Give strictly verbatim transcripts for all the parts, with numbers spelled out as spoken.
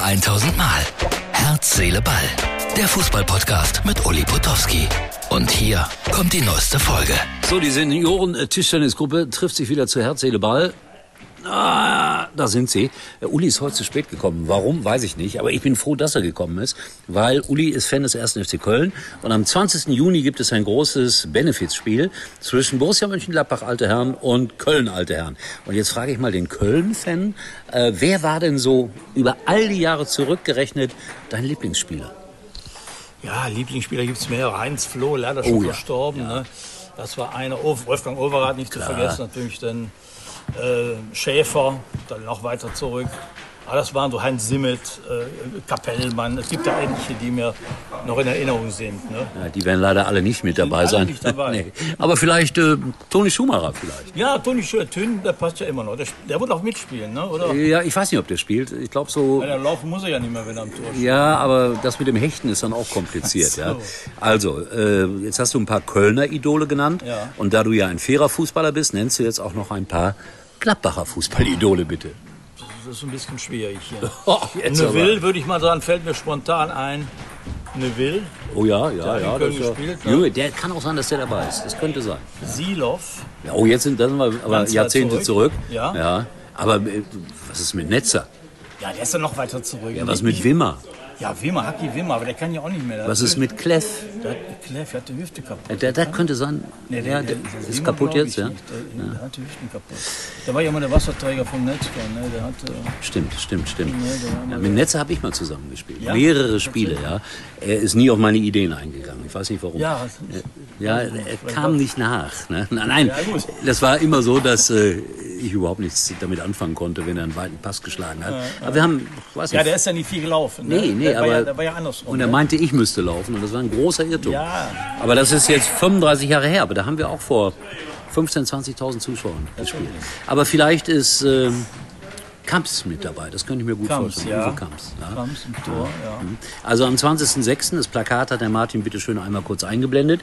tausend Mal. Herz, Seele, Ball. Der Fußball-Podcast mit Uli Potowski. Und hier kommt die neueste Folge. So, die Senioren-Tischtennisgruppe trifft sich wieder zu Herz, Seele, Ball. Ah, da sind sie. Uli ist heute zu spät gekommen. Warum, weiß ich nicht. Aber ich bin froh, dass er gekommen ist, weil Uli ist Fan des ersten F C Köln. Und am zwanzigsten Juni gibt es ein großes Benefizspiel zwischen Borussia Mönchengladbach, alte Herren, und Köln, alte Herren. Und jetzt frage ich mal den Köln-Fan, äh, wer war denn so über all die Jahre zurückgerechnet dein Lieblingsspieler? Ja, Lieblingsspieler gibt es mehrere. Heinz Floh, leider schon oh, ja. verstorben. Ja. Ne? Das war einer. Oh, Wolfgang Overath nicht zu Klar. vergessen, natürlich dann äh, Schäfer, dann noch weiter zurück. Aber das waren so Heinz Simmet, äh, Kapellmann. Es gibt ja etliche, die mir noch in Erinnerung sind. Ne? Ja, die werden leider alle nicht mit dabei alle sein. nicht dabei. Nee. Aber vielleicht äh, Toni Schumacher vielleicht. Ja, Toni Schön, der passt ja immer noch. Der, der wird auch mitspielen, ne? Oder? Ja, ich weiß nicht, ob der spielt. Ich glaube so. Ja, der laufen muss er ja nicht mehr, wenn er am Tor steht. Ja, aber das mit dem Hechten ist dann auch kompliziert. So. Ja. Also, äh, jetzt hast du ein paar Kölner Idole genannt. Ja. Und da du ja ein fairer Fußballer bist, nennst du jetzt auch noch ein paar Gladbacher Fußballidole, bitte. Das ist ein bisschen schwierig hier. Oh, jetzt Neville, aber. würde ich mal sagen, fällt mir spontan ein. Neville, Oh ja, ja, in ja. Köln Das ist ja gespielt, ne? Junge, der kann auch sein, dass der dabei ist. Das könnte sein. Silov. Ja, oh, jetzt sind, dann sind wir aber Ganz weit Jahrzehnte zurück. zurück. Ja. ja. Aber äh, was ist mit Netzer? Ja, der ist ja noch weiter zurück. Ja, was mit Wimmer? Ja, Wimmer, Hacki Wimmer, aber der kann ja auch nicht mehr. Was ist mit Kleff? Der, Kleff hat die Hüfte kaputt. Ja, der, der könnte sein. Nee, ja, der, der ist Wimmer kaputt glaub jetzt, ich ja? nicht. Der, der hat die Hüften kaputt. Der war ja immer der Wasserträger vom Netzger, ne? Der hat, äh, Stimmt, stimmt, stimmt. Nee, der war Ja, mal mit Netzer habe ich mal zusammengespielt. Ja? Mehrere Spiele, ja. Er ist nie auf meine Ideen eingegangen. Ich weiß nicht warum. Ja, ja er kam nicht nach. Ne? Nein, nein. Ja, gut. Das war immer so, dass äh, ich überhaupt nichts damit anfangen konnte, wenn er einen weiten Pass geschlagen hat. Aber wir haben, weiß ja, nicht. der ist ja nicht viel gelaufen. Ne? Nee, nee, der aber. War ja, der war ja andersrum. Und er ne? meinte, ich müsste laufen. Und das war ein großer Irrtum. Ja. Aber das ist jetzt fünfunddreißig Jahre her. Aber da haben wir auch vor fünfzehntausend, zwanzigtausend Zuschauern gespielt. Aber vielleicht ist äh, Kamps mit dabei. Das könnte ich mir gut Kamps, vorstellen. ja. Uwe Kamps. Ja. Kamps im Tor, ja. Also am zwanzigsten sechsten Das Plakat hat der Martin bitte schön einmal kurz eingeblendet.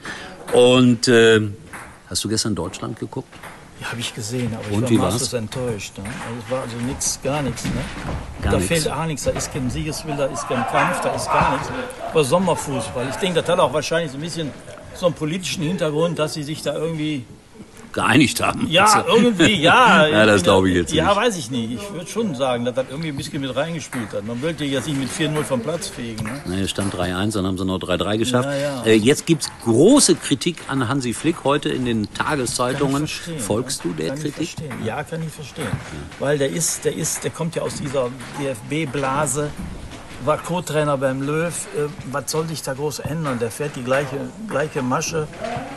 Und äh, hast du gestern Deutschland geguckt? Ja, habe ich gesehen, aber Und, ich wie war war's? maßlos enttäuscht. Ne? Also es war also nichts, gar nichts. Ne? Gar da nichts. fehlt auch nichts. Da ist kein Siegeswille, da ist kein Kampf, da ist gar nichts. Aber Sommerfußball. Ich denke, das hat auch wahrscheinlich so ein bisschen so einen politischen Hintergrund, dass sie sich da irgendwie... Geeinigt haben. Ja, irgendwie, ja. Ja, das glaube ich jetzt Ja, nicht. weiß ich nicht. Ich würde schon sagen, dass das irgendwie ein bisschen mit reingespielt hat. Man wollte jetzt nicht mit vier null vom Platz fegen. Ne? Nee, es stand drei eins, dann haben sie noch drei drei geschafft. Ja, ja. Äh, jetzt gibt es große Kritik an Hansi Flick heute in den Kann ich Tageszeitungen. verstehen, Folgst ja. du der kann Kritik? Ich verstehen. Ja, kann ich verstehen. Weil der ist, der ist, der kommt ja aus dieser D F B-Blase, war Co-Trainer beim Löw. Äh, was soll sich da groß ändern? Der fährt die gleiche, gleiche Masche.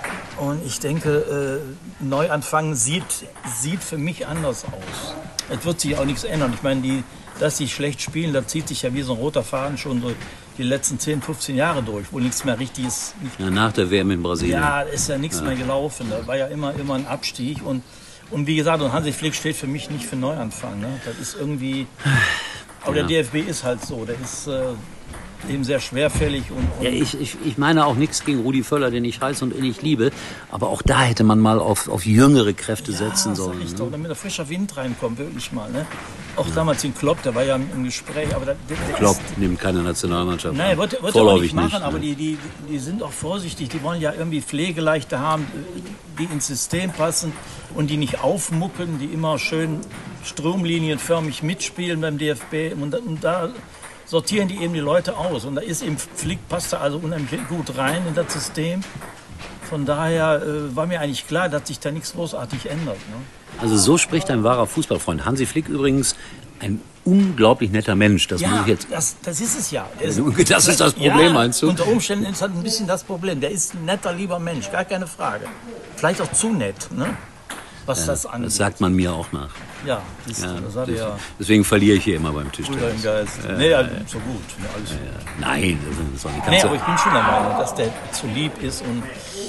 Und ich denke, äh, Neuanfang sieht, sieht für mich anders aus. Es wird sich auch nichts ändern. Ich meine, die, dass sie schlecht spielen, das zieht sich ja wie so ein roter Faden schon so die letzten zehn, fünfzehn Jahre durch, wo nichts mehr richtig ist. Ja, nach der W M in Brasilien. Ja, ist ja nichts mehr gelaufen. Da war ja immer, immer ein Abstieg. Und, und wie gesagt, und Hansi Flick steht für mich nicht für Neuanfang. Ne? Das ist irgendwie. Aber Ja. der D F B ist halt so. Der ist äh, eben sehr schwerfällig. Und, und Ja, ich, ich, ich meine auch nichts gegen Rudi Völler, den ich heiß und innig liebe. Aber auch da hätte man mal auf, auf jüngere Kräfte setzen ja, sollen. sag ich Ne? doch, damit der frischer Wind reinkommt, wirklich mal. Ne? Auch damals in Klopp, der war ja im Gespräch. Aber der, der, der Klopp ist, nimmt keine Nationalmannschaft Nein, an. wird, wird er auch Vorläufig nicht machen, nicht, aber ne? die, die, die sind auch vorsichtig. Die wollen ja irgendwie Pflegeleichte haben, die ins System passen und die nicht aufmucken, die immer schön stromlinienförmig mitspielen beim D F B. Und, und da sortieren die eben die Leute aus. Und da ist eben Flick, passt da also unheimlich gut rein in das System. Von daher äh, war mir eigentlich klar, dass sich da nichts großartig ändert. Ne? Also so spricht ein wahrer Fußballfreund. Hansi Flick übrigens ein unglaublich netter Mensch. Das muss Ja, ich jetzt. das, das ist es ja. Der Das ist das Problem, ja, meinst du? Unter Umständen ist das ein bisschen das Problem. Der ist ein netter, lieber Mensch, gar keine Frage. Vielleicht auch zu nett, ne? was das angeht. Das sagt man mir auch nach. Ja, das, Ja, das hat das, ja deswegen verliere ich hier immer beim Brüder Tischtennis. im Geist. Nee, ja, so gut. Ne, alles gut. Nein, das war nicht Nee, ganz aber ich bin schon der Meinung, dass der zu lieb ist und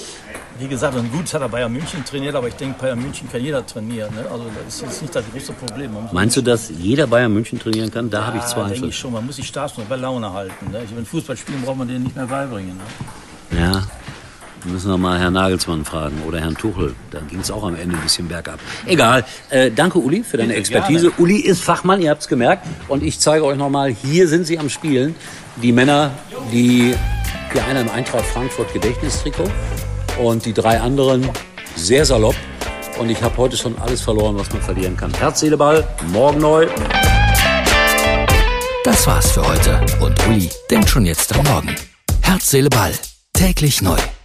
wie gesagt, und gut hat er Bayern München trainiert, aber ich denke, Bayern München kann jeder trainieren. Ne? Also das ist jetzt nicht das große Problem. Man muss Meinst du, dass jeder Bayern München trainieren kann? Da habe ich ja, Zweifel. denke ich schon. Man muss sich Spaß und bei Laune halten. Ne? Ich meine, Fußball spielen braucht man denen nicht mehr beibringen. Ne? Ja. Müssen wir mal Herrn Nagelsmann fragen oder Herrn Tuchel. Da ging es auch am Ende ein bisschen bergab. Egal. Äh, danke, Uli, für deine Expertise. Gerne. Uli ist Fachmann, ihr habt es gemerkt. Und ich zeige euch nochmal, hier sind sie am Spielen. Die Männer, die hier einer im Eintracht Frankfurt Gedächtnistrikot und die drei anderen sehr salopp. Und ich habe heute schon alles verloren, was man verlieren kann. Herz, Seele, Ball, morgen neu. Das war's für heute. Und Uli denkt schon jetzt am Morgen. Herz, Seele, Ball. Täglich neu.